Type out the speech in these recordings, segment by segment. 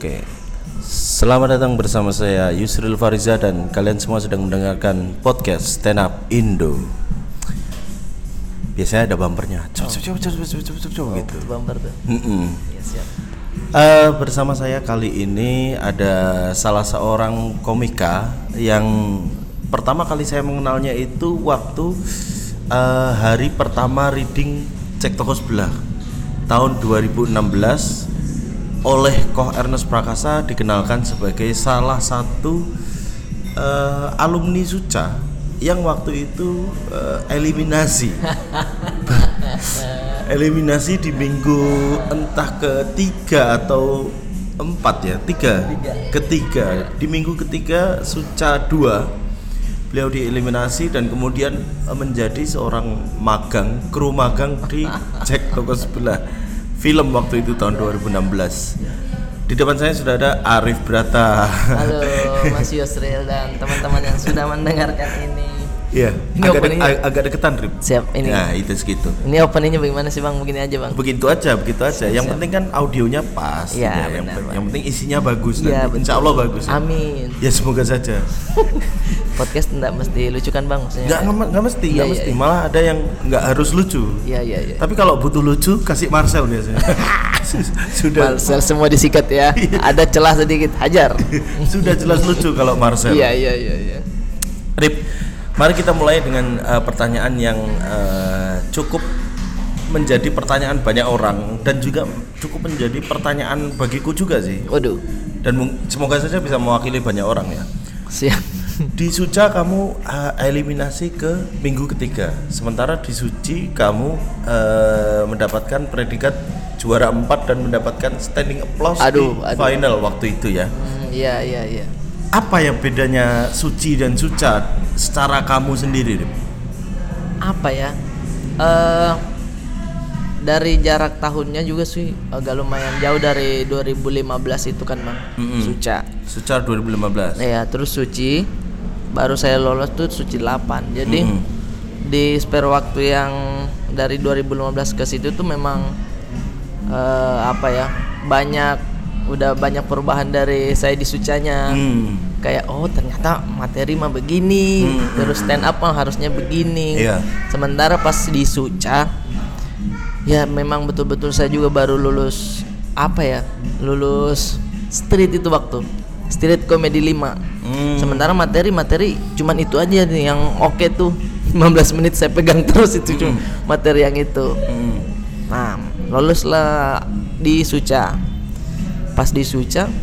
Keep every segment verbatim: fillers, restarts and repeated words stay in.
Oke, selamat datang bersama saya Yusril Fariza dan kalian semua sedang mendengarkan podcast Stand Up Indo. Biasanya ada bumpernya, coba coba coba coba coba coba gitu. Bumper tuh. Mm-mm. Ya, siap. Uh, bersama saya kali ini ada salah seorang komika yang pertama kali saya mengenalnya itu waktu uh, hari pertama reading Cek Toko Sebelah tahun dua ribu enam belas. Oleh Koh Ernest Prakasa dikenalkan sebagai salah satu uh, alumni Suca yang waktu itu uh, eliminasi eliminasi di minggu entah ketiga atau empat ya tiga ketiga di minggu ketiga Suca dua beliau dieliminasi dan kemudian uh, menjadi seorang magang kru magang di Cek Toko Sebelah film waktu itu tahun dua ribu enam belas. Di depan saya sudah ada Arif Brata. Halo Mas Yusril dan teman-teman yang sudah mendengarkan ini. Iya, agak, de- ag- agak deketan Rip. Siap ini. Nah, itu segitu. Ini openingnya bagaimana sih Bang? Begini aja Bang. Begitu aja, begitu aja. Yang Siap. penting kan audionya pas. Ya, ya. Yang, benar, yang penting isinya bagus ya, nanti. Insya Allah bagus. Ya. Amin. Ya semoga saja. Podcast enggak mesti lucu kan Bang? Maksudnya Nggak, nggak, nggak mesti, Iya, nggak iya, mesti. iya. Malah ada yang nggak harus lucu. Iya iya iya. Tapi kalau butuh lucu, kasih Marcel biasanya. Sudah. Marcel semua disikat ya. Ada celah sedikit, hajar. Sudah jelas lucu kalau Marcel. Iya iya iya iya. Rip, mari kita mulai dengan uh, pertanyaan yang uh, cukup menjadi pertanyaan banyak orang dan juga cukup menjadi pertanyaan bagiku juga sih. Waduh. Dan mung- semoga saja bisa mewakili banyak orang ya. Siap. Di Suca kamu uh, eliminasi ke minggu ketiga, sementara di Suci kamu uh, mendapatkan predikat juara empat dan mendapatkan standing applause Aduh, di aduh. final waktu itu ya. Hmm, iya iya iya. Apa yang bedanya Suci dan Suca secara kamu sendiri, Rip? Apa ya? Eh dari jarak tahunnya juga sih agak lumayan jauh dari dua ribu lima belas itu kan Bang. Mm-mm. Suca. Suca dua ribu lima belas. Ya, terus Suci baru saya lolos tuh Suci delapan. Jadi Mm-mm. di spare waktu yang dari dua ribu lima belas ke situ tuh memang eh, apa ya? Banyak udah banyak perubahan dari saya di Sucanya. Hmm. Kayak oh ternyata materi mah begini, Hmm. terus stand up mah harusnya begini. Iya. Sementara pas di Suca ya memang betul-betul saya juga baru lulus apa ya? Lulus street itu waktu. Street komedi lima. Hmm. Sementara materi-materi cuman itu aja nih yang oke tuh. lima belas menit saya pegang terus itu cuma materi yang itu. Hmm. Nah, loluslah di Suca. Pas di Suca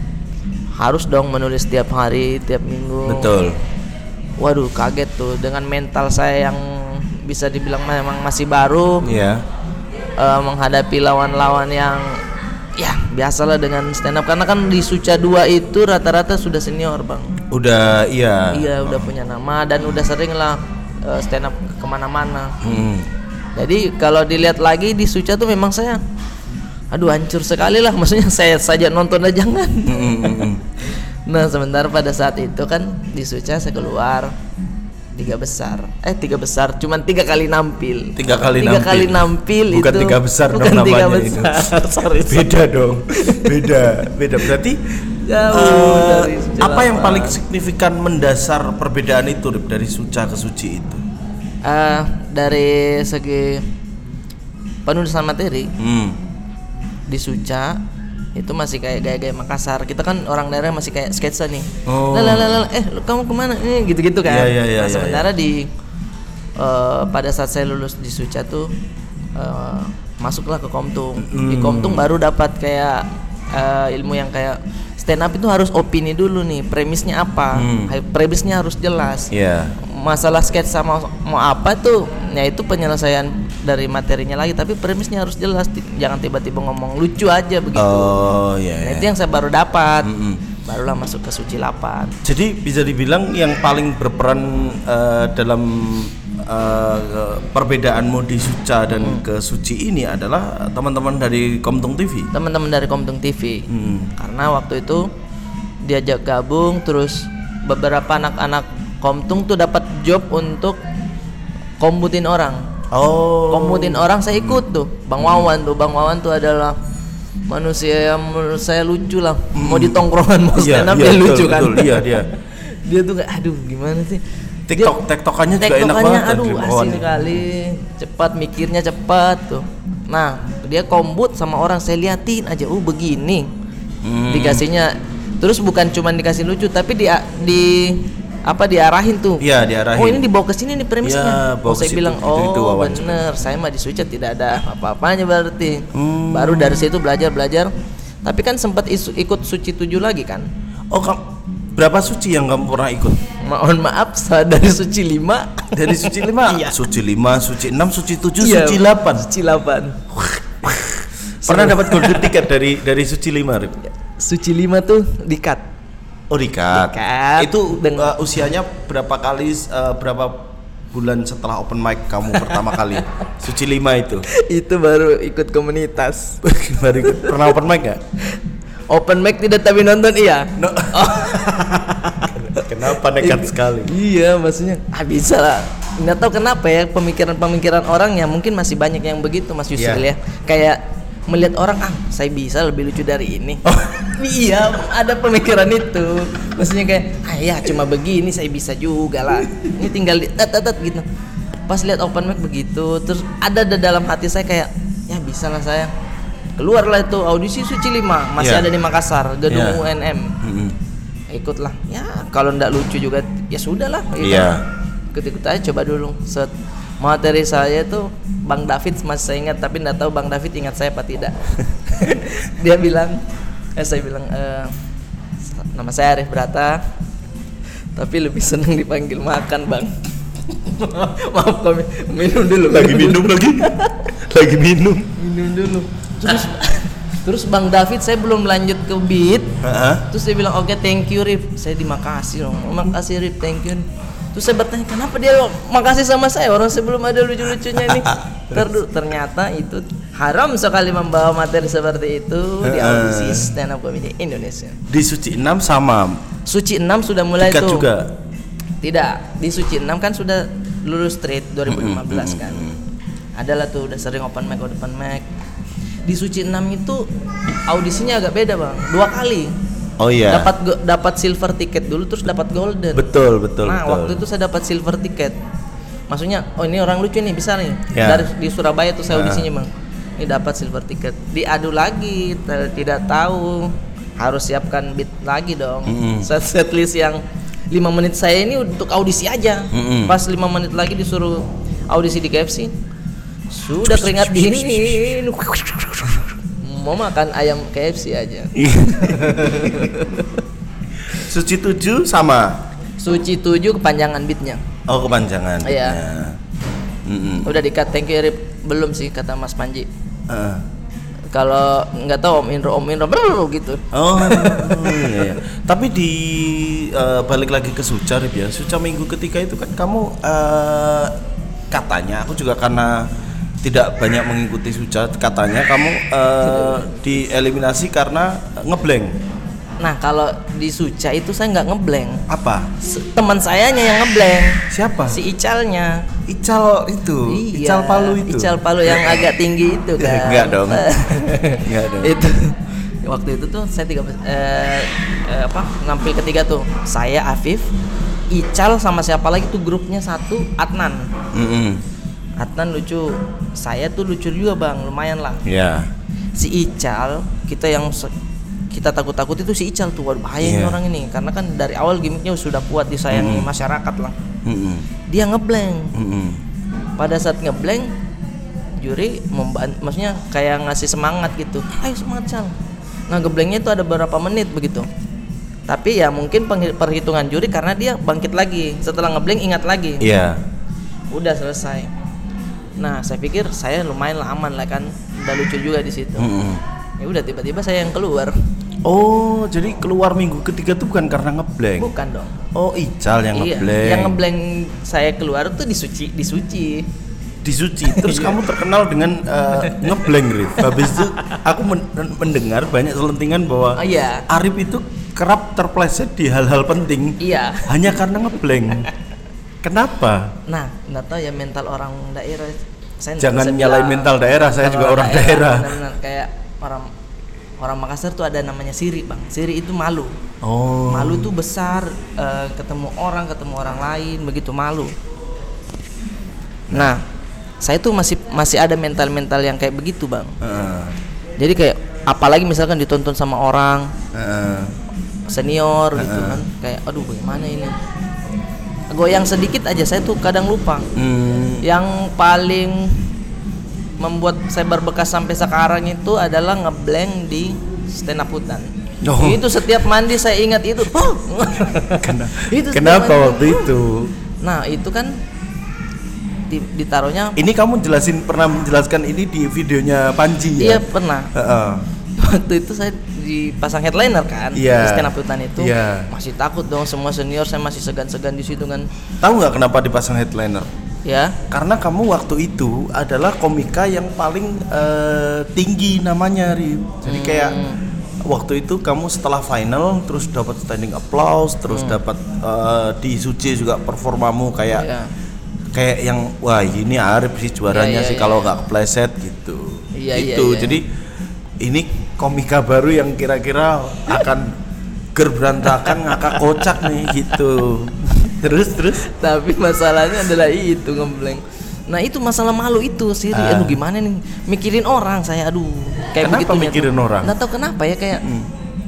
harus dong menulis tiap hari, tiap minggu. Betul. Waduh, kaget tuh dengan mental saya yang bisa dibilang memang masih baru. Iya. eh, menghadapi lawan-lawan yang ya biasalah dengan stand up karena kan di Suca dua itu rata-rata sudah senior Bang. Udah iya. Iya, udah punya nama dan udah sering lah eh, stand up kemana-mana. Hmm. Jadi kalau dilihat lagi di Suca tuh memang saya aduh hancur sekali lah, maksudnya saya saja nonton aja jangan. Hmm, hmm, hmm. Nah sementara pada saat itu kan di Suca saya keluar tiga besar, eh tiga besar, cuman tiga kali nampil. Tiga kali tiga nampil. kali nampil Bukan itu tiga besar dong bukan tiga namanya besar. itu. sorry, sorry. Beda dong. Beda. Beda berarti Jauh eh, dari Suca apa yang delapan. paling signifikan mendasar perbedaan itu, Rip, dari Suca ke Suci itu? Eh, dari segi penulisan materi Hmm. di Suca itu masih kayak gaya-gaya Makassar. Kita kan orang daerah masih kayak sketsa nih. Oh. Lah, lah, lah, lah, eh lu, kamu kemana? Eh, gitu-gitu kan. Iya, iya, iya, nah, iya, sementara di eh, pada saat saya lulus di Suca tuh eh, masuklah ke Komtung. Di Hmm. Komtung baru dapat kayak eh, ilmu yang kayak stand up itu harus opini dulu nih, premisnya apa? Hmm. Premisnya harus jelas. Iya. Masalah sketsa mau mau apa tuh, ya itu penyelesaian dari materinya lagi, tapi premisnya harus jelas, Ti- jangan tiba-tiba ngomong lucu aja begitu. Oh, iya. Nah iya. itu yang saya baru dapat. Mm-mm. Barulah masuk ke Suci delapan. Jadi bisa dibilang yang paling berperan eh, dalam eh, perbedaanmu di Suca dan ke Suci ini adalah teman-teman dari Komtung T V. Teman-teman dari Komtung T V. Hmm. Karena waktu itu diajak gabung, terus beberapa anak-anak Komtung tuh dapat job untuk kombutin orang. Oh. Kombutin orang saya ikut tuh. Bang Wawan tuh, Bang Wawan tuh adalah manusia yang menurut saya lucu lah. Mau di tongkrongan mau Iya, stand up iya, dia betul, lucu kan. betul, iya dia. Dia tuh kayak aduh gimana sih? TikTok, Dia- TikTokannya juga enak Tektokannya banget. aduh Dari asik bawaan. sekali, cepat mikirnya cepat tuh. Nah dia kombut sama orang, saya liatin aja, oh begini Hmm. dikasihnya. Terus bukan cuma dikasih lucu, tapi di di apa diarahin tuh. Iya, diarahin. Oh ini dibawa ke sini nih Iya, premisnya. bawa Oh ke saya situ. bilang Itu- itu oh wawan bener, saya mah di Suca tidak ada apa-apanya berarti. Hmm. Baru dari situ belajar belajar. Tapi kan sempat isu- ikut Suci tujuh lagi kan. Oh, kamu berapa suci yang kamu pernah ikut? Mohon maaf, saya dari Suci lima. Dari suci lima, Iya. suci lima, suci enam, suci tujuh, Iya, suci delapan. Suci delapan. Pernah dapat golden ticket dari dari suci lima, Rip? Suci lima tuh di-cut. Oh, dikat. Dikat. Itu Deng- uh, usianya berapa kali uh, berapa bulan setelah open mic kamu pertama kali? Suci lima itu. Itu baru ikut komunitas. Baru ikut. Pernah open mic gak? Open mic tidak tapi nonton iya. No. Kenapa nekat sekali? Iya, maksudnya ah bisa lah. Nggak tahu kenapa ya pemikiran-pemikiran orang ya mungkin masih banyak yang begitu Mas Yusril Iya. ya. Kayak melihat orang ah saya bisa lebih lucu dari ini. Oh. Iya, ada pemikiran itu. Maksudnya kayak ah ya cuma begini saya bisa juga lah. Ini tinggal di tet tet tet gitu. Pas lihat open mic begitu, terus ada di dalam hati saya kayak ya bisa lah saya. Keluarlah itu audisi Suci lima, masih Iya. ada di Makassar, gedung Iya. U N M. Mm-mm. Ikutlah ya kalau ndak lucu juga ya sudahlah gitu. Iya. Ikut-ikut aja coba dulu set materi saya tuh Bang David masih saya ingat tapi ndak tahu Bang David ingat saya apa tidak. Dia bilang eh saya bilang eh, nama saya Arif Brata tapi lebih seneng dipanggil makan Bang. Maaf kami minum dulu Lagi minum lagi. Lagi minum. minum dulu terus terus Bang David saya belum lanjut ke beat. Heeh. Terus dia bilang oke thank you Rip. Saya di Makasih dong. Oh, makasih Rip, thank you. Terus saya bertanya kenapa dia makasih sama saya orang sebelum ada lucu-lucunya nih. Ter- ternyata itu haram sekali membawa materi seperti itu di audisi stand up comedy Indonesia. Di suci enam sama Suci enam sudah mulai Dikat tuh. juga. Tidak, di Suci enam kan sudah lulus straight dua ribu lima belas kan. Adalah tuh udah sering open mic open mic. Di Suci enam itu audisinya agak beda, Bang. Dua kali. Oh iya. Dapat go- dapat silver ticket dulu terus dapat golden. Betul, betul, Nah, betul. waktu itu saya dapat silver ticket. Maksudnya, oh ini orang lucu nih, bisa nih. Ya. Dari di Surabaya tuh saya Nah. audisinya, Bang. Ini dapat silver ticket. Diadu lagi, t- tidak tahu. Harus siapkan beat lagi dong. Mm-mm. Set set list yang lima menit saya ini untuk audisi aja. Mm-mm. Pas lima menit lagi disuruh audisi di K F C. Sudah keringat dingin. Mau makan ayam K F C aja. Suci tujuh sama. Suci tujuh kepanjangan beatnya. Oh, kepanjangan. Iya. Ya. Mm-mm. Udah di-cut, thank you Rip. Belum sih kata Mas Panji. Heeh. Kalau nggak tahu Om Indro Om Indro brrr, gitu. Oh, iya, iya. Tapi di eh, balik lagi ke Suca, Rip ya. Suca minggu ketiga itu kan kamu eh, katanya, aku juga karena tidak banyak mengikuti Suca, katanya kamu eh, dieliminasi karena ngeblank. Nah kalau di Suca itu saya nggak ngeblank. Apa? Se- Teman sayanya yang ngeblank. Siapa? Si Icalnya. Ical itu, Iya, Ical Palu itu. Ical Palu yang agak tinggi itu kan. Enggak dong. Enggak dong. Itu waktu itu tuh saya tiga belas eh, eh, apa nampil ketiga tuh saya Afif, Ical sama siapa lagi tuh grupnya satu Adnan. Mm-mm. Adnan lucu, saya tuh lucu juga bang, lumayan lah. Ya. Si Ical kita yang se- kita takut-takut itu si Ical tuh, waduh bahaya ini Iya. orang ini karena kan dari awal gimmicknya sudah kuat disayangi Mm. masyarakat lah. Mm-mm. Dia ngeblank. Mm-mm. Pada saat ngeblank juri memban- maksudnya kayak ngasih semangat gitu, ayo semangat Cal. Nah ngeblanknya itu ada beberapa menit begitu, tapi ya mungkin penghi- perhitungan juri karena dia bangkit lagi setelah ngeblank, ingat lagi, Iya. udah selesai. Nah saya pikir saya lumayan lah, aman lah kan, udah lucu juga di situ. Mm-mm. Ya udah tiba-tiba saya yang keluar. Oh, jadi keluar minggu ketiga tuh bukan karena ngeblank. Bukan dong. Oh, Ical yang Iya, ngeblank. yang ngeblank saya keluar tuh di Suci, di Suci. Di Suci. Terus kamu terkenal dengan eh, ngeblank, Rif. Habis itu aku men- mendengar banyak selentingan bahwa Oh iya. Arif itu kerap terpleset di hal-hal penting Iya. hanya karena ngeblank. Kenapa? Nah, nggak tahu ya mental orang daerah. Saya nggak Jangan bisa nyalain bilang. mental daerah, saya Mental juga orang daerah. Benar-benar kayak orang orang Makassar tuh ada namanya siri bang. Siri itu malu. Oh. Malu itu besar, uh, ketemu orang, ketemu orang lain, begitu malu. Nah, saya tuh masih masih ada mental-mental yang kayak begitu bang. Uh. Jadi kayak apalagi misalkan ditonton sama orang Uh. senior Uh. gitu kan, kayak aduh bagaimana ini. Goyang sedikit aja saya tuh kadang lupa. Hmm. Yang paling membuat saya berbekas sampai sekarang itu adalah ngeblank di stand up hutan. Oh. Itu setiap mandi saya ingat itu. Oh. Kenapa, itu kenapa waktu itu? Nah itu kan di, ditaruhnya. Ini kamu jelasin pernah menjelaskan ini di videonya Panji Iya ya? pernah. Uh-uh. Waktu itu saya dipasang headliner kan, yeah. di stand up hutan itu. Yeah. Masih takut dong, semua senior saya masih segan-segan di situ kan. Tahu nggak kenapa dipasang headliner? Ya. Karena kamu waktu itu adalah komika yang paling uh, tinggi namanya, Rip. Jadi Hmm. kayak waktu itu kamu setelah final terus dapat standing applause, terus hmm. dapat uh, di Suci juga performamu kayak Yeah. kayak yang wah ini Arif sih juaranya Yeah, yeah, sih yeah. kalau nggak kepleset gitu. Yeah, yeah, Itu yeah. jadi ini komika baru yang kira-kira akan gerberantakan ngakak kocak nih gitu. Terus terus Tapi masalahnya adalah itu ngeblank. Nah itu masalah malu itu sih. Ah. Aduh gimana nih mikirin orang saya, aduh kayak Kenapa begitunya mikirin tuh. orang? Nggak tahu kenapa ya kayak Hmm.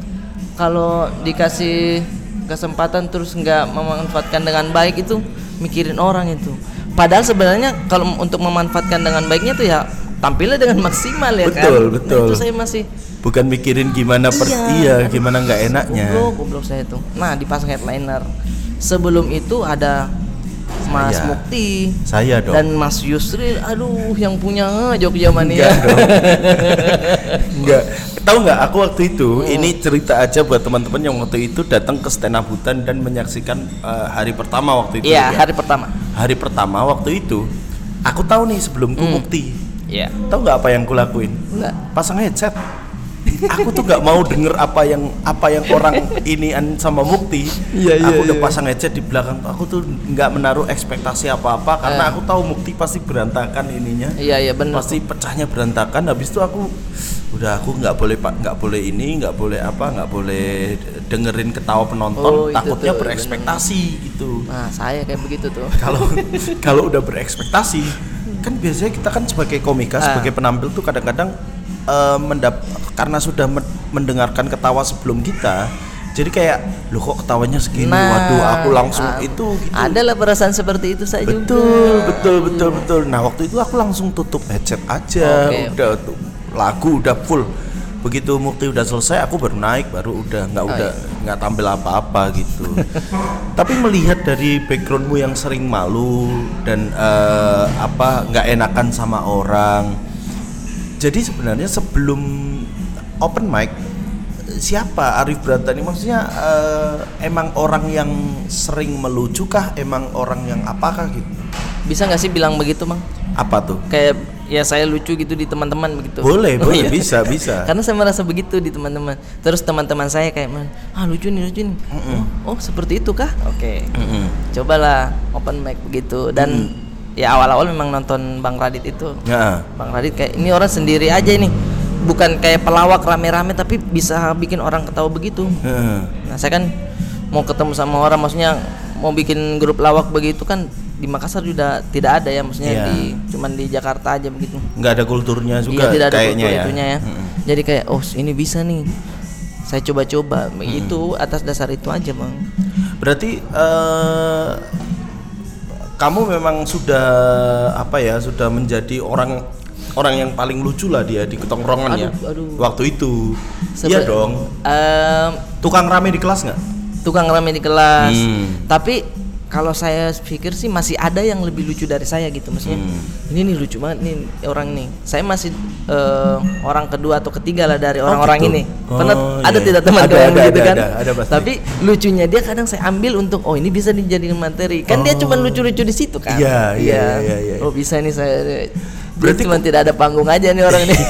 kalau dikasih kesempatan terus nggak memanfaatkan dengan baik itu mikirin orang itu. Padahal sebenarnya kalau untuk memanfaatkan dengan baiknya tuh ya tampilnya dengan maksimal ya kan. Betul, betul. Nah, itu saya masih bukan mikirin gimana per iya, gimana nggak enaknya. Goblok, goblok saya itu. Nah dipasang headliner. Sebelum itu ada Mas Saya. Mukti Saya dong. dan Mas Yusril, aduh yang punya Jogja Mania. Enggak dong. Enggak. Tahu nggak aku waktu itu Hmm. ini cerita aja buat teman-teman yang waktu itu datang ke stand up hutan dan menyaksikan uh, hari pertama waktu itu. Iya, ya. hari pertama. Hari pertama waktu itu aku tahu nih sebelum ku Hmm. Mukti. Iya. Tahu nggak apa yang ku lakuin? Enggak. Pasang headset. Aku tuh nggak mau denger apa yang apa yang orang inian sama Mukti. Iya, iya, Aku udah iya. pasang headset di belakang. Aku tuh nggak menaruh ekspektasi apa-apa karena Eh. aku tahu Mukti pasti berantakan ininya. Iya, iya benar. Pasti pecahnya berantakan. Habis itu aku udah aku nggak boleh pak nggak boleh ini nggak boleh apa nggak boleh dengerin ketawa penonton. Oh, itu Takutnya tuh, berekspektasi gitu. Nah, saya kayak begitu tuh. Kalau kalau udah berekspektasi kan biasanya kita kan sebagai komika Ah. sebagai penampil tuh kadang-kadang eh, mendap karena sudah men- mendengarkan ketawa sebelum kita jadi kayak loh kok ketawanya segini waduh aku langsung ah, itu gitu. Adalah perasaan seperti itu saya betul juga. betul betul betul nah waktu itu aku langsung tutup headset aja. Oke. Udah tuh lagu udah full. Begitu Mukti udah selesai aku baru naik baru udah nggak Oh, udah iya. nggak tampil apa-apa gitu. Tapi melihat dari backgroundmu yang sering malu dan eh, apa nggak enakan sama orang, jadi sebenarnya sebelum open mic siapa Arif Brantani maksudnya eh, emang orang yang sering melucu kah emang orang yang apakah gitu? Bisa nggak sih bilang begitu, Bang? Apa tuh? Kayak ya saya lucu gitu di teman-teman begitu. Boleh Oh, boleh iya. bisa bisa. Karena saya merasa begitu di teman-teman. Terus teman-teman saya kayak ah lucu nih lucu nih. Oh, oh seperti itu kah? Oke. Mm-mm. Cobalah open mic begitu dan ya awal-awal memang nonton Bang Radit itu. Ya. Bang Radit kayak ini orang sendiri aja ini. Bukan kayak pelawak rame-rame tapi bisa bikin orang ketawa begitu. Heeh. Nah, saya kan mau ketemu sama orang maksudnya mau bikin grup lawak begitu kan di Makassar juga tidak ada ya maksudnya Iya. di cuman di Jakarta aja begitu. Nggak ada kulturnya Iya juga tidak ada kayaknya ya. itunya ya. Mm-mm. Jadi kayak oh ini bisa nih. Saya coba-coba. Hmm. Itu atas dasar itu aja, Bang. Berarti eh, kamu memang sudah apa ya sudah menjadi orang orang yang paling lucu lah dia di ketongkrongan ya. Aduh, aduh. Waktu itu. Sebe- Iya dong. Em, Tukang rame di kelas nggak? tukang rame di kelas. Hmm. Tapi kalau saya pikir sih masih ada yang lebih lucu dari saya gitu maksudnya. Hmm. Ini nih lucu banget nih orang nih. Saya masih eh, orang kedua atau ketiga lah dari orang-orang gitu? ini. Oh, Pernah ada iya. tidak teman Ada, kamu ada, gitu ada, kan? ada, ada pasti. Tapi lucunya dia kadang saya ambil untuk oh ini bisa dijadikan materi. Kan dia Oh. cuma lucu-lucu di situ kan. Iya, iya, iya, iya. Oh bisa nih saya. Berarti cuma tidak ada panggung aja nih orang ini.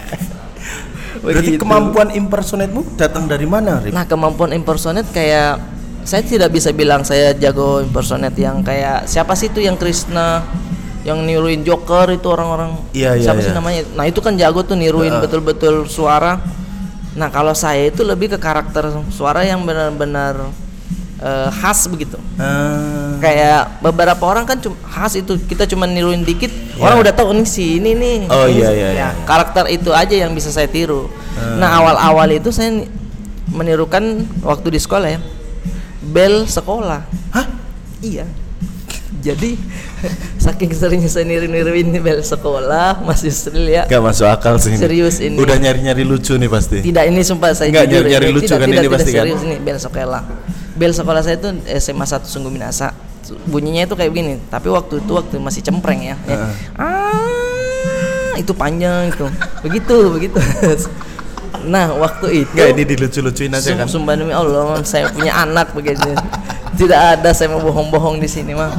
Berarti Begitu. kemampuan impersonate-mu datang dari mana, Rip? Nah kemampuan impersonate kayak saya tidak bisa bilang saya jago impersonate yang kayak siapa sih itu yang Krishna yang niruin Joker itu orang-orang Iya, iya, siapa sih iya. namanya. Nah itu kan jago tuh niruin Uh. betul-betul suara. Nah kalau saya itu lebih ke karakter suara yang benar-benar uh, khas begitu. Uh. Kayak beberapa orang kan cuma khas itu, kita cuma niruin dikit, yeah. orang udah tahu nih si ini nih. Oh ini, iya, iya, ya, iya. Karakter itu aja yang bisa saya tiru. Uh. Nah awal-awal itu saya menirukan waktu di sekolah ya, bel sekolah. Hah? Iya. Jadi saking seringnya saya niru-niruin bel sekolah, Mas Yusril ya. Gak masuk akal sih. Serius ini. Udah nyari-nyari lucu nih pasti. Tidak, ini sumpah saya Nggak, jujur. nyari-nyari ini. lucu tidak, kan tidak, ini tidak, pasti kan? serius ini bel sekolah. Bel sekolah saya itu S M A satu Sungguh Minasa. Bunyinya itu kayak begini, tapi waktu itu waktu masih cempreng ya. ya. Uh. Ah, itu panjang itu. Begitu, begitu. Nah, waktu itu Nggak, ini dilucu-lucuin aja kan. Sumpah demi Allah, saya punya anak begini. Tidak ada saya mau bohong-bohong di sini mah.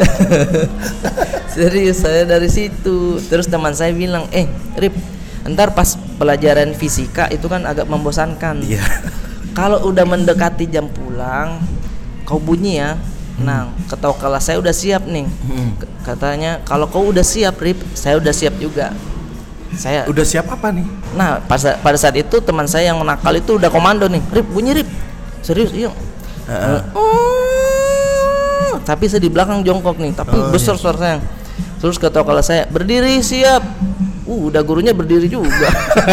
Serius, saya dari situ. Terus teman saya bilang, "Eh, Rip, ntar pas pelajaran fisika itu kan agak membosankan. Iya. Kalau udah mendekati jam pulang, kau bunyi ya. Nah, ketua kelas saya udah siap nih." Katanya, "Kalau kau udah siap, Rip, saya udah siap juga." Saya Udah siap apa nih? Nah, pada pada saat itu teman saya yang nakal itu udah komando nih, "Rip, bunyi Rip." Serius, iya. Uh-uh. Uh, tapi saya di belakang jongkok nih, tapi Oh, besar iya. suaranya. Terus kata kalau saya, "Berdiri, siap." Uh, udah gurunya berdiri juga.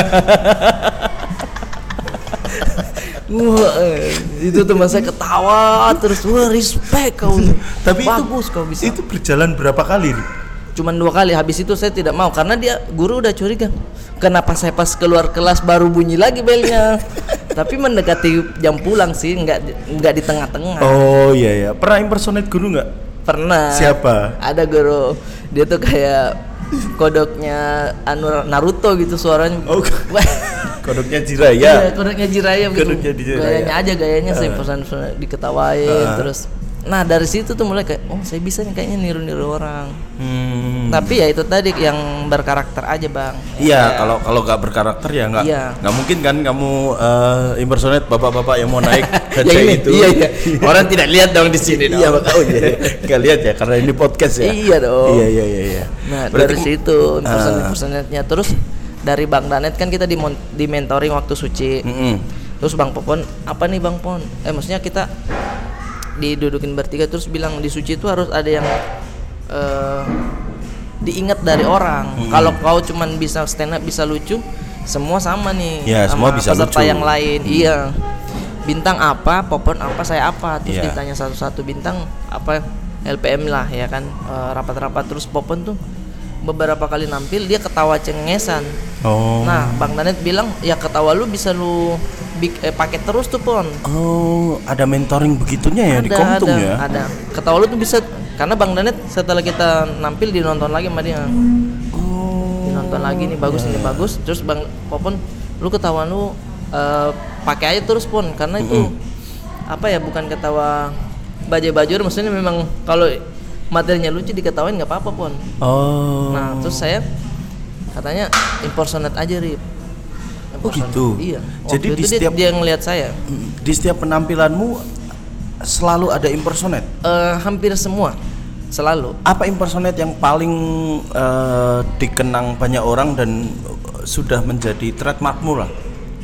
Wah, eh, itu teman saya ketawa terus, "Wah, respect kau." Tapi bagus itu, kau bisa. Itu berjalan berapa kali? Cuman dua kali, habis itu saya tidak mau karena dia guru udah curiga. Kenapa saya pas keluar kelas baru bunyi lagi belnya? Tapi mendekati jam pulang sih, nggak nggak di tengah-tengah. Oh iya ya. Pernah impersonate guru nggak? Pernah. Siapa? Ada guru, dia tuh kayak kodoknya anu Naruto gitu suaranya. Oh, kodoknya Iya, Jiraya. kodoknya Jiraiya gitu. Kodoknya Jiraiya. Gayanya aja gayanya saya Uh. pesan-pesan diketawain Uh. terus. Nah dari situ tuh mulai kayak, oh saya bisa nih kayaknya niru-niru orang. Hmm. Tapi ya itu tadi yang berkarakter aja bang. Iya, Ya. kalau kalau nggak berkarakter ya nggak Iya. nggak mungkin kan kamu uh, impersonate bapak-bapak yang mau naik Yang becak ini, itu. iya iya. Orang tidak lihat dong di sini. Iya, dong. makanya nggak lihat ya karena ini podcast ya. Iya dong. Iya iya iya. iya. Nah Berarti- dari situ Ah. impersonate-impersonate-nya terus dari Bang Danet kan kita di, di mentoring waktu suci. Mm-mm. Terus Bang Popon, apa nih Bang Pon? Eh maksudnya kita didudukin bertiga terus bilang di suci itu harus ada yang uh, diingat dari orang. Mm-mm. Kalau kau cuman bisa stand up, bisa lucu, semua sama nih. Ya, sama semua bisa peserta lucu. yang lain. Iya. Bintang apa, Popon apa, saya apa. Terus Iya. ditanya satu-satu bintang apa L P M lah ya kan. Uh, rapat-rapat terus Popon tuh beberapa kali nampil dia ketawa cengesan. Oh. Nah, Bang Danet bilang, "Ya ketawa lu bisa lu bik- eh, pakai terus tuh, Pon." Oh, ada mentoring begitunya ya di Ada, Komtung ada, ya. ada. Ketawa lu tuh bisa karena Bang Danet setelah kita nampil dinonton lagi sama dia. Oh. Dinonton lagi nih bagus ini bagus. Terus Bang Popon, lu ketawa lu eh, pakai aja terus, Pon, karena itu apa ya, bukan ketawa baju-baju, maksudnya memang kalau materinya lucu diketawain nggak apa-apa, Pon. Oh. Nah, terus saya katanya impersonate aja, Rip. Oh, gitu. Iya. Jadi Waktu di itu dia, setiap- dia ngelihat saya. Di setiap penampilanmu selalu ada impersonate. Eh, hampir semua selalu. Apa impersonate yang paling eh, dikenang banyak orang dan sudah menjadi trademarkmu lah?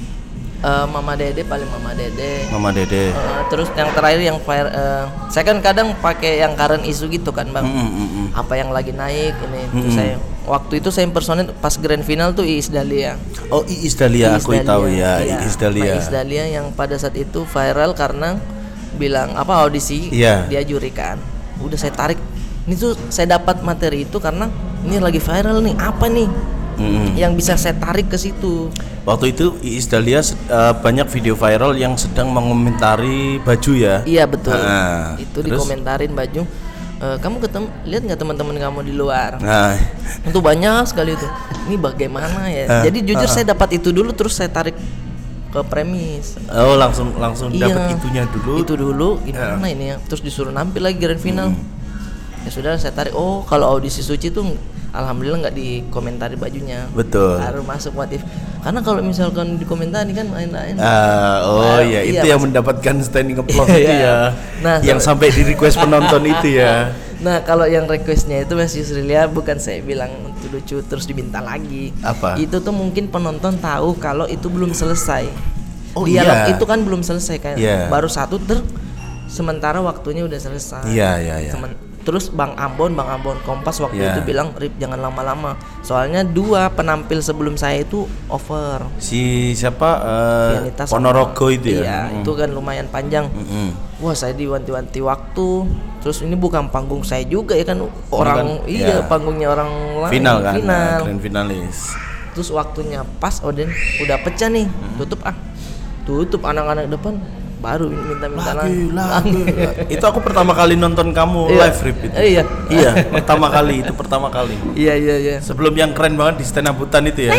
Eh, Mama Dede, paling Mama Dede. Mama Dede. Eh, terus yang terakhir yang fire, eh, saya kan kadang pakai yang current isu gitu kan, Bang. Mm, mm, mm, mm. Apa yang lagi naik ini. Terus Mm-mm. saya waktu itu saya impersonate pas grand final tuh Iis Dahlia. Oh, Iis Dahlia, Iis aku Dahlia, tahu ya, iya. Iis Dahlia. Nah, Iis Dahlia yang pada saat itu viral karena bilang apa audisi, Iya. dia juri kan. Udah saya tarik. Ini tuh saya dapat materi itu karena ini lagi viral nih. Apa nih Mm-mm. yang bisa saya tarik ke situ? Waktu itu Iis Dahlia eh, banyak video viral yang sedang mengomentari baju ya. Iya betul. Ah, itu terus? dikomentarin baju. Eh, kamu ketemu lihat nggak teman-teman kamu di luar? Nah, Itu banyak sekali itu. Ini bagaimana ya? Ah, Jadi jujur ah, saya dapat itu dulu terus saya tarik ke premis. oh langsung langsung Iya. dapat itunya dulu. Itu dulu gimana Ya. ini ya? Terus disuruh nampil lagi grand final. Ya sudah saya tarik. Oh kalau audisi suci tuh alhamdulillah nggak dikomentari bajunya. Betul. Harus masuk motif. Karena kalau misalkan dikomentari kan main-main. Ah, oh Wah, iya, iya, itu yang Mas. mendapatkan standing applause Iya, itu iya. ya. Nah, yang sampai di request penonton itu ya. Nah kalau yang requestnya itu Mas Yusrilia bukan saya bilang itu lucu terus diminta lagi. Apa? Itu tuh mungkin penonton tahu kalau itu belum selesai. Oh, dialog iya. itu kan belum selesai kan. Iya. Baru satu ter sementara waktunya udah selesai. Iya iya iya. Semen- Terus Bang Ambon, Bang Ambon Kompas waktu Iya. itu bilang, "Rip jangan lama-lama. Soalnya dua penampil sebelum saya itu over." Si siapa? eh, Pianita sama- Ponorogo itu ya. Iya, Mm. itu kan lumayan panjang. Mm-mm. Wah, saya diwanti-wanti waktu. Terus ini bukan panggung saya juga ya kan orang kan, iya ya. panggungnya orang lain. Final kan? Final. Nah, grand finalis. Terus waktunya pas Oden udah pecah nih. Tutup ah. Tutup anak-anak depan baru minta-minta Lagi, lagi. Itu aku pertama kali nonton kamu Iya. live Rip itu. Iya. Iya, pertama kali itu pertama kali. Iya iya iya. Sebelum yang keren banget di stand up hutan itu ya.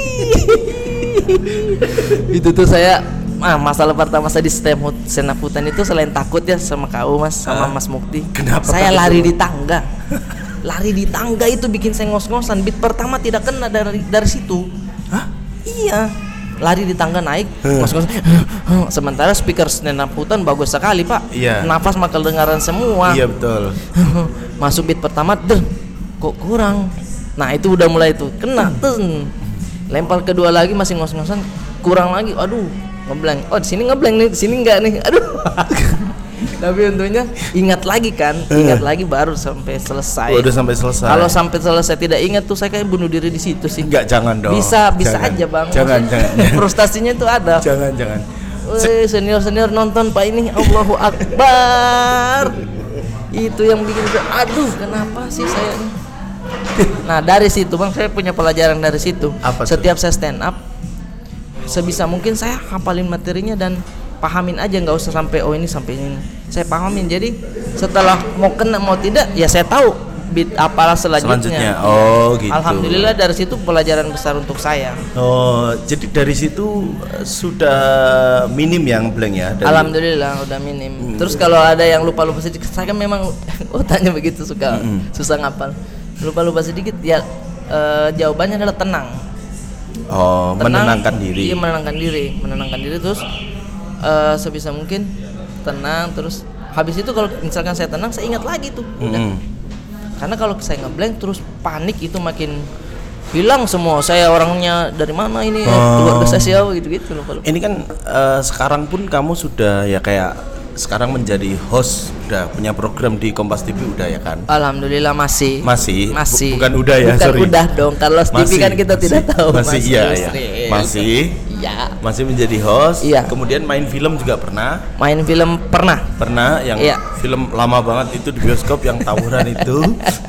Itu tuh saya ah, masalah pertama saya di stand up stand up hutan itu selain takut ya sama kau Mas sama Hah? Mas Mukti. Kenapa Saya takut lari sama? di tangga. Lari di tangga itu bikin saya ngos-ngosan. Beat pertama tidak kena dari dari situ. Hah? Iya. Lari di tangga naik, Huh. ngos-ngosan. Sementara speaker stand up hutan bagus sekali, Pak. Iya. Nafas makan dengaran semua. Iya betul. Masuk beat pertama, der, kok kurang. Nah itu udah mulai tuh kena, ten. Lempar kedua lagi masih ngos-ngosan, kurang lagi. Aduh, ngeblank. Oh di sini ngeblank nih, di sini enggak nih. Aduh. Tapi untungnya ingat lagi kan, ingat lagi baru sampai selesai. Oh, udah sampai selesai. Kalau sampai selesai tidak ingat tuh saya kayak bunuh diri di situ sih. Enggak, jangan dong. Bisa bisa Jangan. aja bang. Jangan, Maksudnya jangan. frustasinya itu ada. Jangan, jangan. Wih, senior-senior nonton Pak ini, Allahu Akbar. Itu yang bikin saya, aduh kenapa sih saya ini. Nah dari situ bang, saya punya pelajaran dari situ. Apa tuh? Setiap saya stand up, sebisa mungkin saya hafalin materinya dan pahamin aja, nggak usah sampai oh ini sampai ini. Saya pahamin. Jadi setelah mau kena mau tidak, ya saya tahu beat apalah selanjutnya. Selanjutnya. Oh gitu. Alhamdulillah dari situ pelajaran besar untuk saya. Oh, jadi dari situ eh, sudah minim yang blank ya? Dari... Alhamdulillah udah minim. Terus kalau ada yang lupa-lupa sedikit, saya kan memang otaknya begitu suka Mm-mm. susah ngapal. Lupa-lupa sedikit ya eh, jawabannya adalah tenang. Oh, Tenang, menenangkan diri. Iya menenangkan diri, menenangkan diri terus eh, sebisa mungkin tenang terus. Habis itu kalau misalkan saya tenang, saya ingat lagi tuh. Udah. Mm-mm. Karena kalau saya ngeblank terus panik itu makin hilang semua. Saya orangnya dari mana ini? Oh. Keluarga saya siapa gitu-gitu lupa-lupa. Ini kan eh, sekarang pun kamu sudah ya kayak sekarang menjadi host, udah punya program di Kompas T V udah ya kan? Alhamdulillah masih. Masih? Masih. Bu- bukan udah ya, Bukan sorry. udah dong. Kalau T V Masih, kan kita tidak masih. tahu. Masih, Mas iya, iya. Yusri. Masih. Iya. Masih menjadi host. Iya. Kemudian main film juga pernah. Main film pernah. Pernah yang Iya. film lama banget itu di bioskop yang tawuran itu.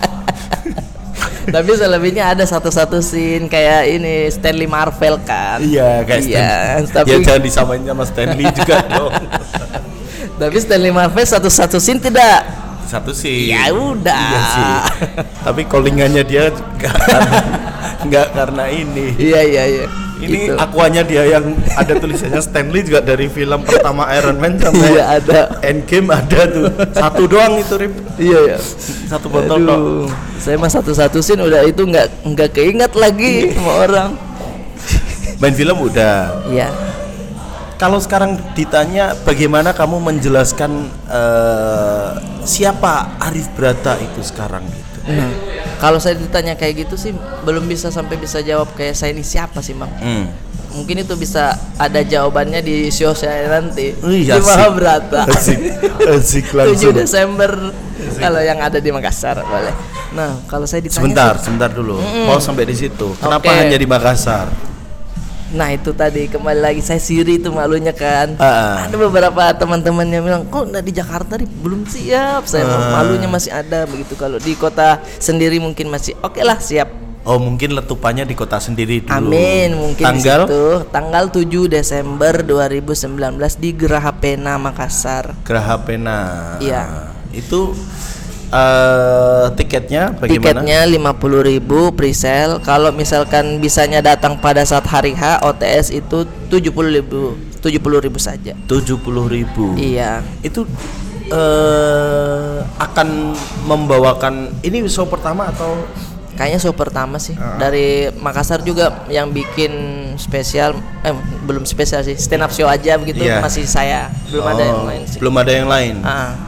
Tapi selebihnya ada satu-satu scene kayak ini Stanley Marvel kan. Iya, kayak Iya, Stan- tapi ya jangan disamain sama Stanley juga dong. tapi Stanley Marvel satu-satu scene tidak. Satu sih. Ya udah. Iya sih. Tapi callingannya dia nggak karena, nggak karena ini. Iya iya iya. Ini Gitu. akuanya dia yang ada tulisannya Stanley juga dari film pertama Iron Man sampai Iya, ada. Endgame ada tuh. Satu doang itu Rip. Iya ya. Satu botol dong. Aduh, saya mah satu-satu scene udah itu nggak nggak keinget lagi sama orang. Main film udah. Iya. Kalau sekarang ditanya bagaimana kamu menjelaskan eh, siapa Arif Brata itu sekarang gitu. Nah, kalau saya ditanya kayak gitu sih belum bisa sampai bisa jawab kayak saya ini siapa sih bang. Hmm. Mungkin itu bisa ada jawabannya di show saya nanti Wih, di asik. Mahabharata. Asik, asik tujuh langsung. Desember kalau yang ada di Makassar boleh. Nah kalau saya ditanya Sebentar, sih- sebentar dulu. Mm-mm. Mau sampai di situ. Kenapa Oke. hanya di Makassar? Nah itu tadi kembali lagi saya siri itu malunya kan. Ah. Ada beberapa teman-teman yang bilang kok nggak di Jakarta nih belum siap. Saya Ah. malunya masih ada begitu. Kalau di kota sendiri mungkin masih oke lah siap. Oh, mungkin letupannya di kota sendiri dulu. Amin mungkin Tanggal di situ tanggal tujuh Desember dua ribu sembilan belas di Geraha Pena Makassar. Geraha Pena. Iya. Itu eh, tiketnya bagaimana? Tiketnya lima puluh ribu pre-sale. Kalau misalkan bisanya datang pada saat hari H, O T S itu tujuh puluh ribu tujuh puluh ribu saja. tujuh puluh ribu. Iya. Itu eh, akan membawakan ini show pertama atau Kayaknya show pertama sih Ah. dari Makassar juga yang bikin spesial, eh belum spesial sih, stand up show aja begitu Iya. masih saya, belum ada yang lain sih. Belum ada yang lain. Ah,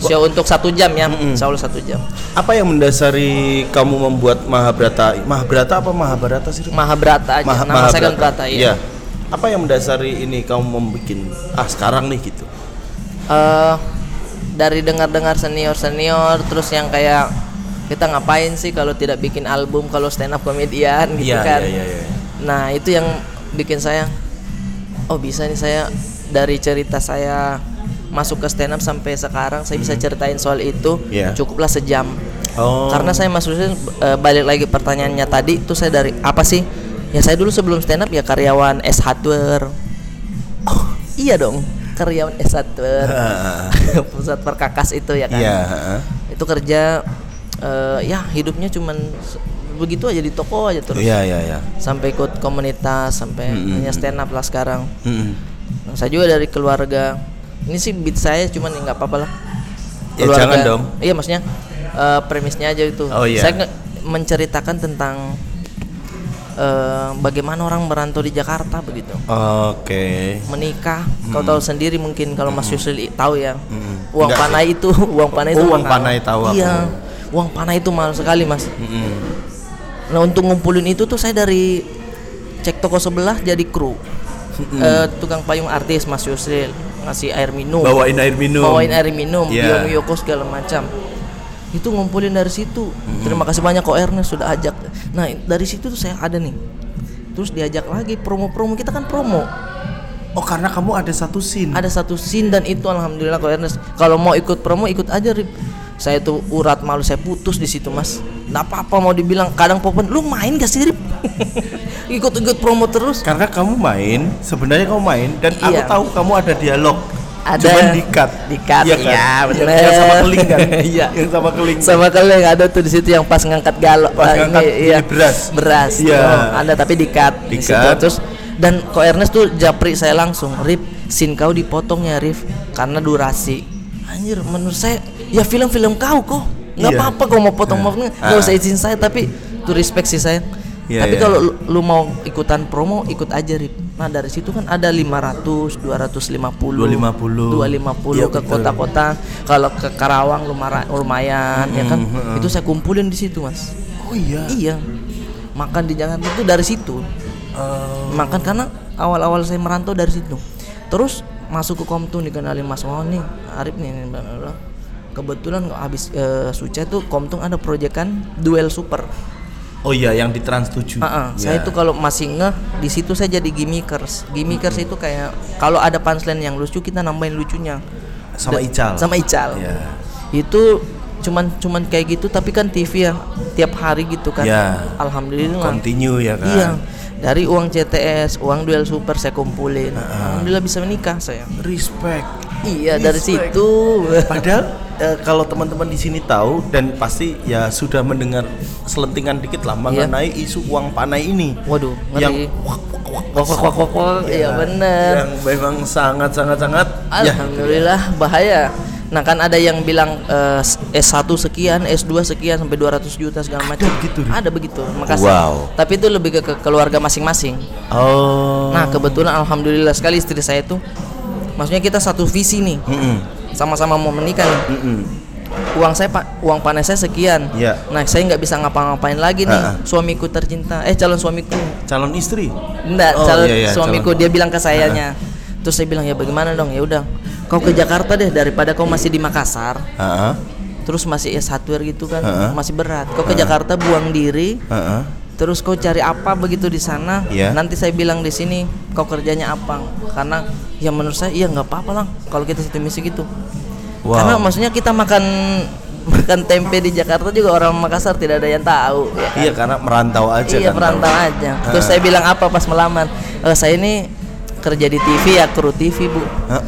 show untuk satu jam ya, mm-hmm. Insya Allah satu jam. Apa yang mendasari kamu membuat Mahabharata? Mahabharata apa Mahabharata sih? Mahabharata aja. Maha, Nama saya kan Brata ya. Apa yang mendasari ini kamu membuat ah sekarang nih gitu? Uh, dari dengar-dengar senior-senior, terus yang kayak kita ngapain sih kalau tidak bikin album kalau stand up komedian gitu ya, kan? Ya, ya, ya. Nah itu yang bikin saya, oh bisa nih saya dari cerita saya masuk ke stand up sampai sekarang saya bisa ceritain soal itu, yeah. Cukuplah sejam. Oh. Karena saya maksudnya e, balik lagi pertanyaannya tadi itu saya dari apa sih? Ya saya dulu sebelum stand up ya karyawan S Hardware. Oh iya dong, karyawan S Hardware. Pusat perkakas itu ya kan. Yeah. Itu kerja e, ya hidupnya cuman begitu aja di toko aja terus. Iya yeah, iya yeah, iya. Yeah. Sampai ikut komunitas, sampai mm-hmm. hanya stand up lah sekarang. Mm-hmm. Nah, saya juga dari keluarga. Ini sih beat saya cuman nggak apa-apa lah. Keluarga, ya jangan dong. Iya maksudnya uh, premisnya aja itu. Oh, iya. Saya nge- menceritakan tentang uh, bagaimana orang merantau di Jakarta begitu. Oke. Okay. Menikah. Hmm. Kau tahu sendiri mungkin kalau Mas Yusril tahu ya. Hmm. Uang Enggak panai sih. itu, uang panai itu. Oh, uang panai tahu aku. Iya. Uang panai itu mahal sekali mas. Hmm. Nah untuk ngumpulin itu tuh saya dari cek toko sebelah jadi kru. Mm. Uh, tukang payung artis Mas Yusril ngasih air minum, bawain air minum, bawain air minum, yeah. Bion Wiyoko segala macam. Itu ngumpulin dari situ. Mm. Terima kasih banyak kok Ernest sudah ajak. Nah dari situ tuh saya ada nih. Terus diajak lagi promo-promo, kita kan promo. Oh karena kamu ada satu scene. Ada satu scene dan itu alhamdulillah kok Ernest. Kalau mau ikut promo ikut aja Rip. Saya tuh urat malu saya putus di situ mas. Nggak apa-apa mau dibilang kadang popon, lu main gak sih Rip? Ikut-ikut promo terus. Karena kamu main, sebenarnya kamu main dan iya. Aku tahu kamu ada dialog. Ada. Cuman di-cut. Di-cut. Iya kan? Ya, bener. Yang sama keling kan? Iya. Yang sama keling. Sama keling ada tuh di situ yang pas ngangkat galok. Pas ngangkat ini, iya. beras. Beras. Iya. Oh, ada tapi di-cut. Di-cut. Terus dan kok Ernest tuh japri saya langsung, Rip, scene kau dipotong ya Rif karena durasi. Anjir, menurut saya ya film-film kau kok. Nggak iya. apa-apa kalau mau potong-potong, nggak usah izin saya, tapi itu respect sih saya. Yeah, tapi yeah. Kalau lu, lu mau ikutan promo, ikut aja Rip. Nah dari situ kan ada lima ratus, dua ratus lima puluh, dua ratus lima puluh, dua ratus lima puluh ya, ke betul. Kota-kota. Kalau ke Karawang lumara, lumayan, mm-hmm. ya kan. Mm-hmm. Itu saya kumpulin di situ mas. Oh iya. Iya. Makan di Jakarta itu dari situ. Uh... Makan karena awal-awal saya merantau dari situ. Terus masuk ke Komtung dikenalin Mas Wawan nih, Arif nih, blablabla. Kebetulan habis uh, Suca tuh Komtung ada proyekan Duel Super. Oh iya yang di Trans tujuh. Uh-uh. Yeah. Saya tuh kalau masih ngeh di situ saya jadi gimmickers. Gimmickers mm-hmm. itu kayak kalau ada punchline yang lucu kita nambahin lucunya. Sama D- Ical. Sama Ical. Yeah. Itu cuman cuman kayak gitu tapi kan T V ya tiap hari gitu kan. Yeah. Alhamdulillah. Continue ya kan. Iya. Dari uang C T S, uang Duel Super saya kumpulin. Uh-uh. Alhamdulillah bisa menikah saya. Respect. Iya, Respect. Dari situ. Padahal eh, kalau teman-teman di sini tahu dan pasti ya sudah mendengar selentingan dikit lah mengenai iya. isu uang panai ini. Waduh, ngeri. Yang wak wak wak wak wak wak wak. Iya benar. Yang memang sangat sangat sangat. Alhamdulillah ya. Bahaya. Nah kan ada yang bilang uh, S satu sekian, S dua sekian sampai dua ratus juta segala macam. Ada begitu. Ada begitu. Makasih. Wow. Tapi itu lebih ke, ke keluarga masing-masing. Oh. Nah kebetulan alhamdulillah sekali istri saya itu, maksudnya kita satu visi nih. Mm-mm. Sama-sama mau menikah nih. Mm-mm. Uang saya pak, uang panen saya sekian. Yeah. Nah saya nggak bisa ngapa-ngapain lagi nih. Uh-uh. Suamiku tercinta, eh calon suamiku. Calon istri. Enggak, oh, calon iya, iya, suamiku calon. Dia bilang ke sayanya. Uh-huh. Terus saya bilang ya bagaimana dong, ya udah kau ke Jakarta deh daripada kau masih di Makassar. Uh-huh. Terus masih S hardware gitu kan, uh-huh. masih berat. Kau ke uh-huh. Jakarta buang diri. Uh-huh. Terus kau cari apa begitu di sana. Yeah. Nanti saya bilang di sini kau kerjanya apa. Karena ya menurut saya iya nggak apa-apa lah kalau kita satu misi gitu. Wow. Karena maksudnya kita makan makan tempe di Jakarta juga orang Makassar tidak ada yang tahu. Ya kan? Iya karena merantau aja. Iya kan merantau tahu. aja. Terus uh. saya bilang apa pas melamar? E, saya ini kerja di T V ya, kru T V bu. Uh.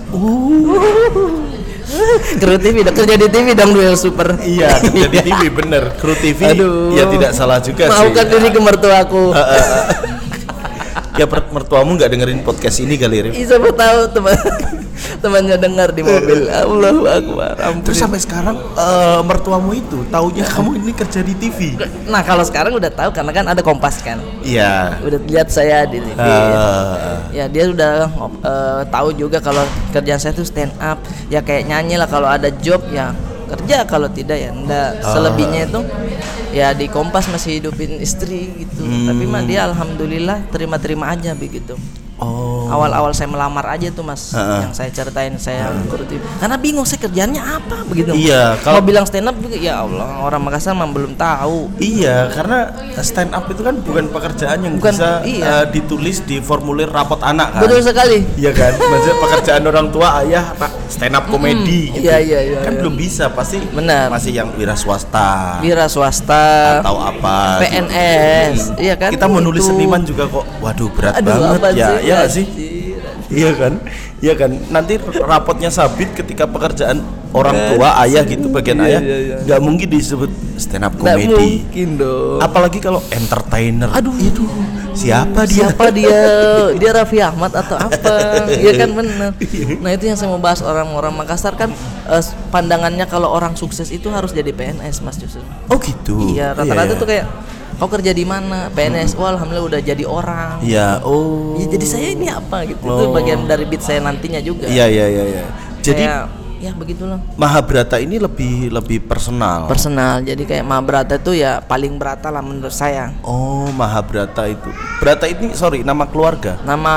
Kru T V, dong, kerja di T V dong Duel Super. Iya kerja di T V bener. Kru T V. Aduh. Ya tidak salah juga sih. Maafkan diri ke mertuaku. Uh, uh, uh. Ya mertuamu nggak dengerin podcast ini kali Rif? Iya siapa tahu teman. Temannya dengar di mobil. Allahu Akbar. Ampun. Terus sampai sekarang eh, mertuamu itu taunya kamu ini kerja di T V. Nah kalau sekarang udah tahu karena kan ada Kompas kan. Iya. Udah lihat saya di T V. Uh, Ya dia udah uh, tahu juga kalau kerjaan saya tuh stand up. Ya kayak nyanyi lah, kalau ada job ya kerja, kalau tidak ya enggak. Selebihnya itu ya di Kompas masih hidupin istri gitu. Hmm. Tapi mah dia alhamdulillah terima-terima aja begitu. oh. Awal-awal saya melamar aja tuh mas, Ha-ha. yang saya ceritain saya turuti. Karena bingung saya kerjaannya apa begitu. Iya, Kalau kalau- bilang stand up juga ya Allah, orang Makassar mah belum tahu. Iya, karena stand up itu kan bukan pekerjaan yang Bukan, bisa iya. eh, ditulis di formulir rapot anak kan. Betul sekali. Iya kan, maksudnya pekerjaan orang tua ayah pak stand up komedi gitu. iya, iya, iya, kan iya. belum bisa, pasti Benar. masih yang wira swasta Wira swasta, atau apa P N S, gitu. iya kan? Kita menulis Itu. seniman juga kok, waduh berat Aduh, banget apa ya, sih, ya nggak sih? anjir. Iya kan, iya kan. Nanti rapotnya sabit ketika pekerjaan orang tua ayah gitu, bagian Iya, ayah iya, iya. nggak mungkin disebut stand up Nggak komedi. mungkin dong. Apalagi kalau entertainer. Aduh, itu siapa dia? Siapa dia? Dia Raffi Ahmad atau apa? Iya kan benar. Nah itu yang saya mau bahas, orang-orang Makassar kan eh, pandangannya kalau orang sukses itu harus jadi P N S mas justru. Oh gitu. Iya rata-rata Iya, tuh kayak kau kerja di mana? P N S. Wah alhamdulillah udah jadi orang. Iya, oh. Ya jadi saya ini apa gitu? Itu Oh. bagian dari beat saya nantinya juga. Iya, iya, iya, iya. Jadi Kayak, ya begitulah. Mahabharata ini lebih lebih personal. Personal. Jadi kayak Mahabharata itu ya paling berata lah menurut saya. Oh, Mahabharata itu. Brata ini sorry, nama keluarga. Nama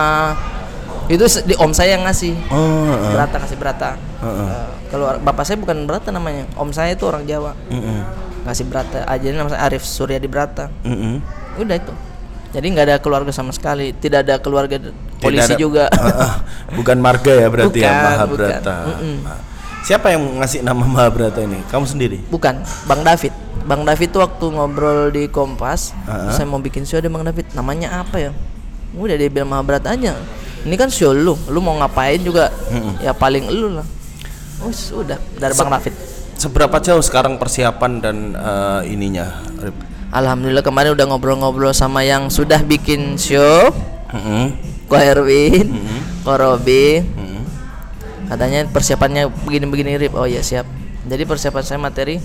itu se- di om saya yang ngasih. Oh, heeh. Berata kasih Berata. Heeh. Eh, kalau bapak saya bukan Berata namanya. Om saya itu orang Jawa. Heeh. Ngasih Berata aja, nama saya Arif Suryadi Berata. Heeh. Udah itu. Jadi nggak ada keluarga sama sekali. Tidak ada keluarga d- polisi Tidak ada- juga. Heeh. Bukan marga ya berarti ya, Bukan, Mahabharata. bukan. Mm-mm. Nah, siapa yang ngasih nama Mahabharata ini? Kamu sendiri? Bukan, Bang David. Bang David tuh waktu ngobrol di Kompas, Uh-huh. saya mau bikin show, ada Bang David, namanya apa ya? Udah dia bilang Mahabharata aja. Ini kan show lu, lu mau ngapain juga, Mm-mm. ya paling lu lah. Oh sudah dari Bang Se- David. Seberapa jauh sekarang persiapan dan eh, ininya? Rip? Alhamdulillah kemarin udah ngobrol-ngobrol sama yang sudah bikin show, Heeh. Ko Erwin, Mm-mm. Ko Robi. Heeh. Katanya persiapannya begini-begini Rip. Oh ya siap. Jadi persiapan saya materi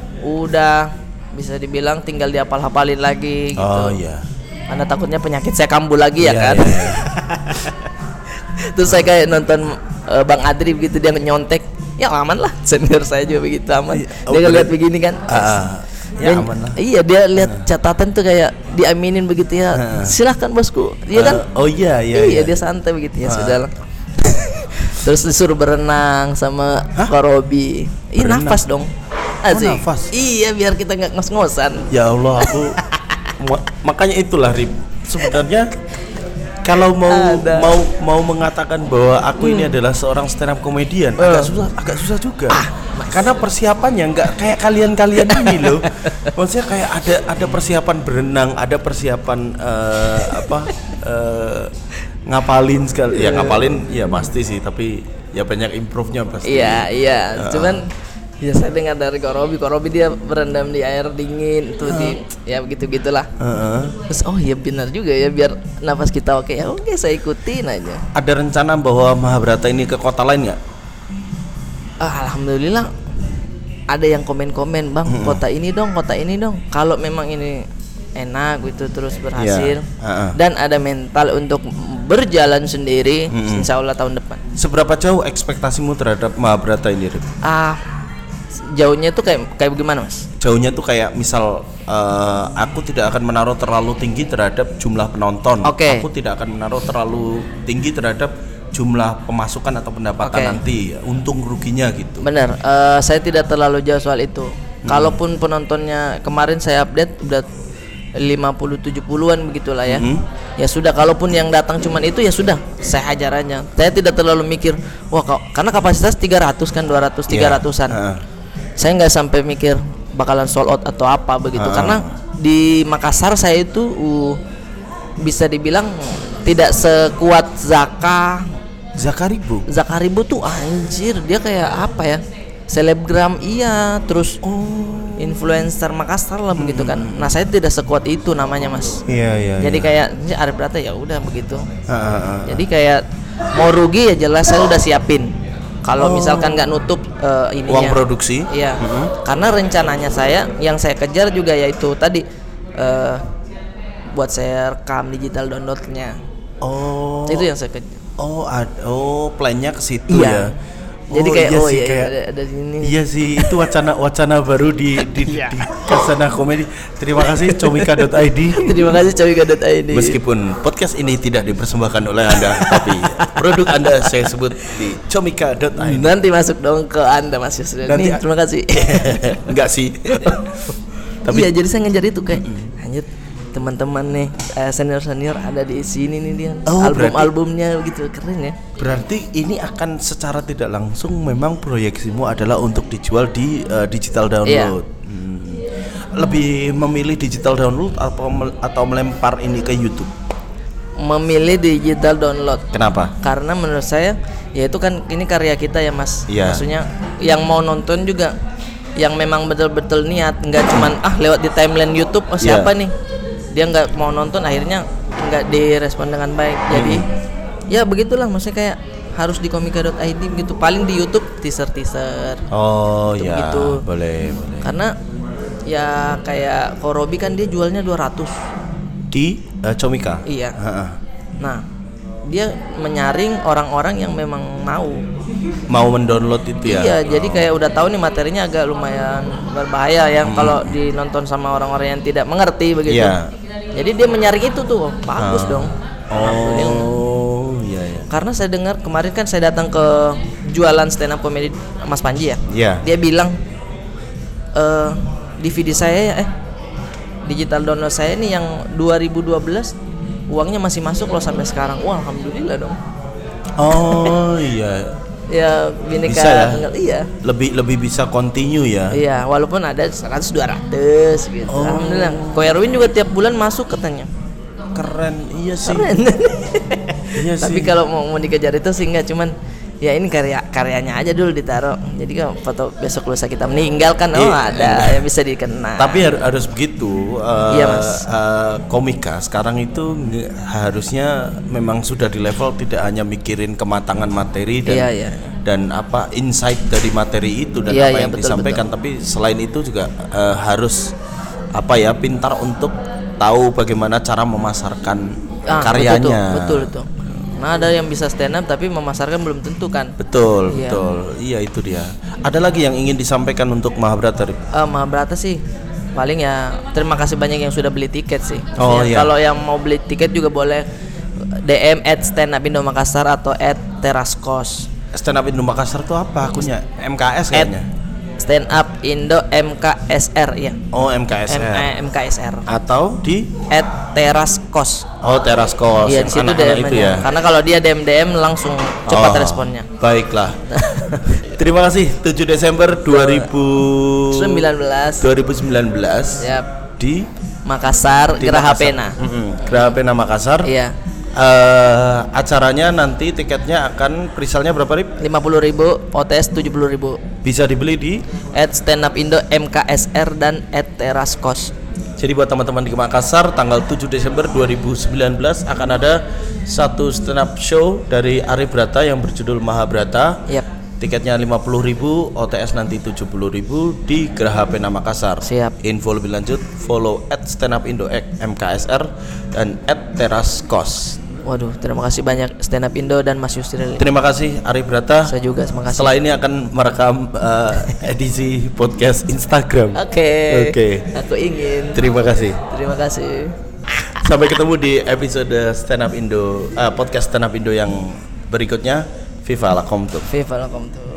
udah bisa dibilang tinggal dihafal-hafalin lagi gitu. Oh iya. Karena takutnya penyakit saya kambuh lagi ya Iya, kan. iya, iya. Terus saya kayak nonton eh, Bang Adri begitu, dia nyontek. Ya aman lah, senior saya juga begitu aman. Iya, oh, Dia ngeliat bener. begini kan. Ah, ya Dia- aman lah. Iya dia lihat catatan tuh kayak diaminin begitu ya. Ah. Silahkan bosku. Iya kan? Eh, oh iya, iya, Iya iya. dia santai begitu ya Ah. sudah lah. Terus disuruh berenang sama Hah? Korobi. Ih Berenang? nafas dong. Asik. nafas? Iya biar kita nggak ngos-ngosan. Ya Allah, aku ma- makanya itulah Rip. Sebenarnya kalau mau Ada. mau mau mengatakan bahwa aku ini adalah seorang stand up komedian, agak Eh. susah, agak susah juga. Karena persiapannya nggak kayak kalian-kalian ini loh. Maksudnya kayak ada ada persiapan berenang, ada persiapan eh, apa eh, ngapalin sekali. Ya ngapalin ya pasti sih, tapi ya banyak improve-nya pasti. Iya iya. Ah. Cuman ya saya dengar dari Korobi. Korobi dia berendam di air dingin tuh di ya begitu gitulah. Heeh. Terus oh iya benar juga ya biar nafas kita oke ya oke saya ikutin aja. Ada rencana bahwa Mahabharata ini ke kota lain nggak? Ah, alhamdulillah ada yang komen-komen bang kota ini dong kota ini dong. Kalau memang ini enak gitu terus berhasil Iya, uh-uh. dan ada mental untuk berjalan sendiri, Mm-mm. insya Allah tahun depan. Seberapa jauh ekspektasimu terhadap Mahabharata ini, Rip? Ah jauhnya tuh kayak kayak bagaimana mas? Jauhnya tuh kayak misal eh, aku tidak akan menaruh terlalu tinggi terhadap jumlah penonton. Oke. Aku tidak akan menaruh terlalu tinggi terhadap jumlah pemasukan atau pendapatan Oke. nanti, untung ruginya gitu. Benar, eh, saya tidak terlalu jauh soal itu. Kalaupun penontonnya kemarin saya update udah lima puluh tujuh puluhan begitulah ya. Mhm. Ya sudah, kalaupun yang datang cuman itu ya sudah, saya hajar aja. Saya tidak terlalu mikir, wah kok karena kapasitas tiga ratus kan dua ratus tiga ratusan. Heeh. Saya nggak sampai mikir bakalan sold out atau apa begitu. Ah. Karena di Makassar saya itu uh, bisa dibilang tidak sekuat Zaka. Zakaribu. Zakaribu tuh anjir, dia kayak apa ya? Selebgram iya, terus influencer Makassar lah begitu kan. Nah, saya tidak sekuat itu namanya, Mas. Iya, iya. Jadi iya. kayak ini Arif Brata ya udah begitu. Heeh, heeh. Jadi kayak mau rugi ya jelas saya udah siapin. Kalau Oh. misalkan nggak nutup uh, ininya. Uang produksi. Iya. Mhm. Karena rencananya saya yang saya kejar juga yaitu tadi uh, buat saya rekam digital downloadnya. Oh. Itu yang saya kejar. Oh, ad- oh, plannya ke situ Iya. ya. Jadi kayak iya oh sih, iya, kayak, ada, ada ini. iya sih, itu wacana wacana baru di di, di, Iya. di Kasana Komedi. Terima kasih comika dot i d. Terima kasih comika dot i d. Meskipun podcast ini tidak dipersembahkan oleh Anda, tapi produk Anda saya sebut di comika dot i d. Nanti masuk dong ke Anda Mas Yusril. Nanti- Nih, terima kasih. Enggak sih. Tapi Iya, jadi saya ngejar itu kayak anjir teman-teman nih senior senior ada di sini nih dia Oh, album-albumnya gitu keren ya. berarti ini akan secara tidak langsung memang proyeksimu adalah untuk dijual di uh, digital download. Hmm. Lebih memilih digital download atau mel- atau melempar ini ke YouTube? Memilih digital download Kenapa? karena menurut saya ya itu kan ini karya kita ya Mas. Iya. Maksudnya yang mau nonton juga yang memang betul-betul niat, nggak cuman ah lewat di timeline YouTube oh Iya. siapa nih dia nggak mau nonton akhirnya nggak direspon dengan baik. Jadi ya begitulah maksudnya kayak harus di comika dot i d gitu, paling di YouTube teaser-teaser Oh Gitu ya, begitu. boleh boleh. karena ya kayak Korobi kan dia jualnya dua ratus. Di uh, comika. Iya. Ha-ha. Nah dia menyaring orang-orang yang memang mau. Mau mendownload itu ya? Iya, jadi kayak udah tahu nih materinya agak lumayan berbahaya ya kalau dinonton sama orang-orang yang tidak mengerti begitu. Iya. Jadi dia menyaring itu tuh, oh, bagus Ah. dong. Dia- Oh, iya ya. Karena saya dengar kemarin kan saya datang ke jualan stand up comedy Mas Panji ya. Iya. Dia bilang eh D V D saya ya, eh digital download saya nih yang dua ribu dua belas uangnya masih masuk loh sampai sekarang. Wah, alhamdulillah dong. Oh, iya. Ya bineka Bisa ya? tunggal iya. Lebih lebih bisa continue ya. Iya, walaupun ada seratus dua ratus gitu. Oh. Alhamdulillah. Ko Erwin juga tiap bulan masuk katanya. Keren, iya sih. Keren. Iya sih. Tapi kalau mau mau dikejar itu sih enggak, cuman ya ini karya karyanya aja dulu ditaruh. Jadi kalau foto besok lusa kita meninggal kan oh Iya. ada yang bisa dikenal. Tapi har- harus begitu. uh, Iya, Mas. uh, komika sekarang itu nge- harusnya memang sudah di level tidak hanya mikirin kematangan materi dan Iya, iya. dan apa insight dari materi itu dan Iya, apa iya, yang betul, disampaikan. Tapi selain itu juga uh, harus apa ya pintar untuk tahu bagaimana cara memasarkan Ah, karyanya. Betul, betul, betul. Nah, ada yang bisa stand up tapi memasarkan belum tentu kan. Betul, Iya. betul. Iya itu dia. Ada lagi yang ingin disampaikan untuk Mahabharata? Rip? Eh, Mahabharata sih paling ya terima kasih banyak yang sudah beli tiket sih. Oh, Maksudnya iya. Kalau yang mau beli tiket juga boleh D M at stand up Indo Makassar atau at teraskos. Stand Up Indo Makassar tuh apa akunnya? M K S At kayaknya. stand up Indo M K S R ya. Oh, M K S M, R. eh, M K S R. Atau di At teraskos. Oh, Teras Kos. Iya yang di situ anak-anak D M-nya. itu ya. Karena kalau dia D M D M langsung cepat Oh, responnya. Baiklah. Terima kasih. tujuh Desember dua ribu sembilan belas dua ribu sembilan belas Yap. di Makassar di Geraha Makassar. Pena. Mm-mm, Geraha Pena Makassar. Iya. Eh, acaranya nanti tiketnya akan presale-nya berapa, Rip? lima puluh ribu, O T S tujuh puluh ribu. Bisa dibeli di. At stand up Indo M K S R dan at teraskos. Jadi buat teman-teman di Makassar tanggal tujuh Desember dua ribu sembilan belas akan ada satu stand up show dari Arif Brata yang berjudul Mahabharata. Yap. Tiketnya lima puluh ribu, O T S nanti tujuh puluh ribu di Geraha Pena Makassar. Siap. Info lebih lanjut follow at stand up Indo M K S R dan at teraskos. Waduh, terima kasih banyak stand up Indo dan Mas Yusril. Terima kasih Arif Brata. Saya juga terima kasih. Setelah ini akan merekam uh, edisi podcast Instagram. Oke. Oke. Aku ingin. Terima kasih. Terima kasih. Sampai ketemu di episode Stand Up Indo, uh, podcast Stand Up Indo yang berikutnya. Viva la Komtu. Viva la Komtu.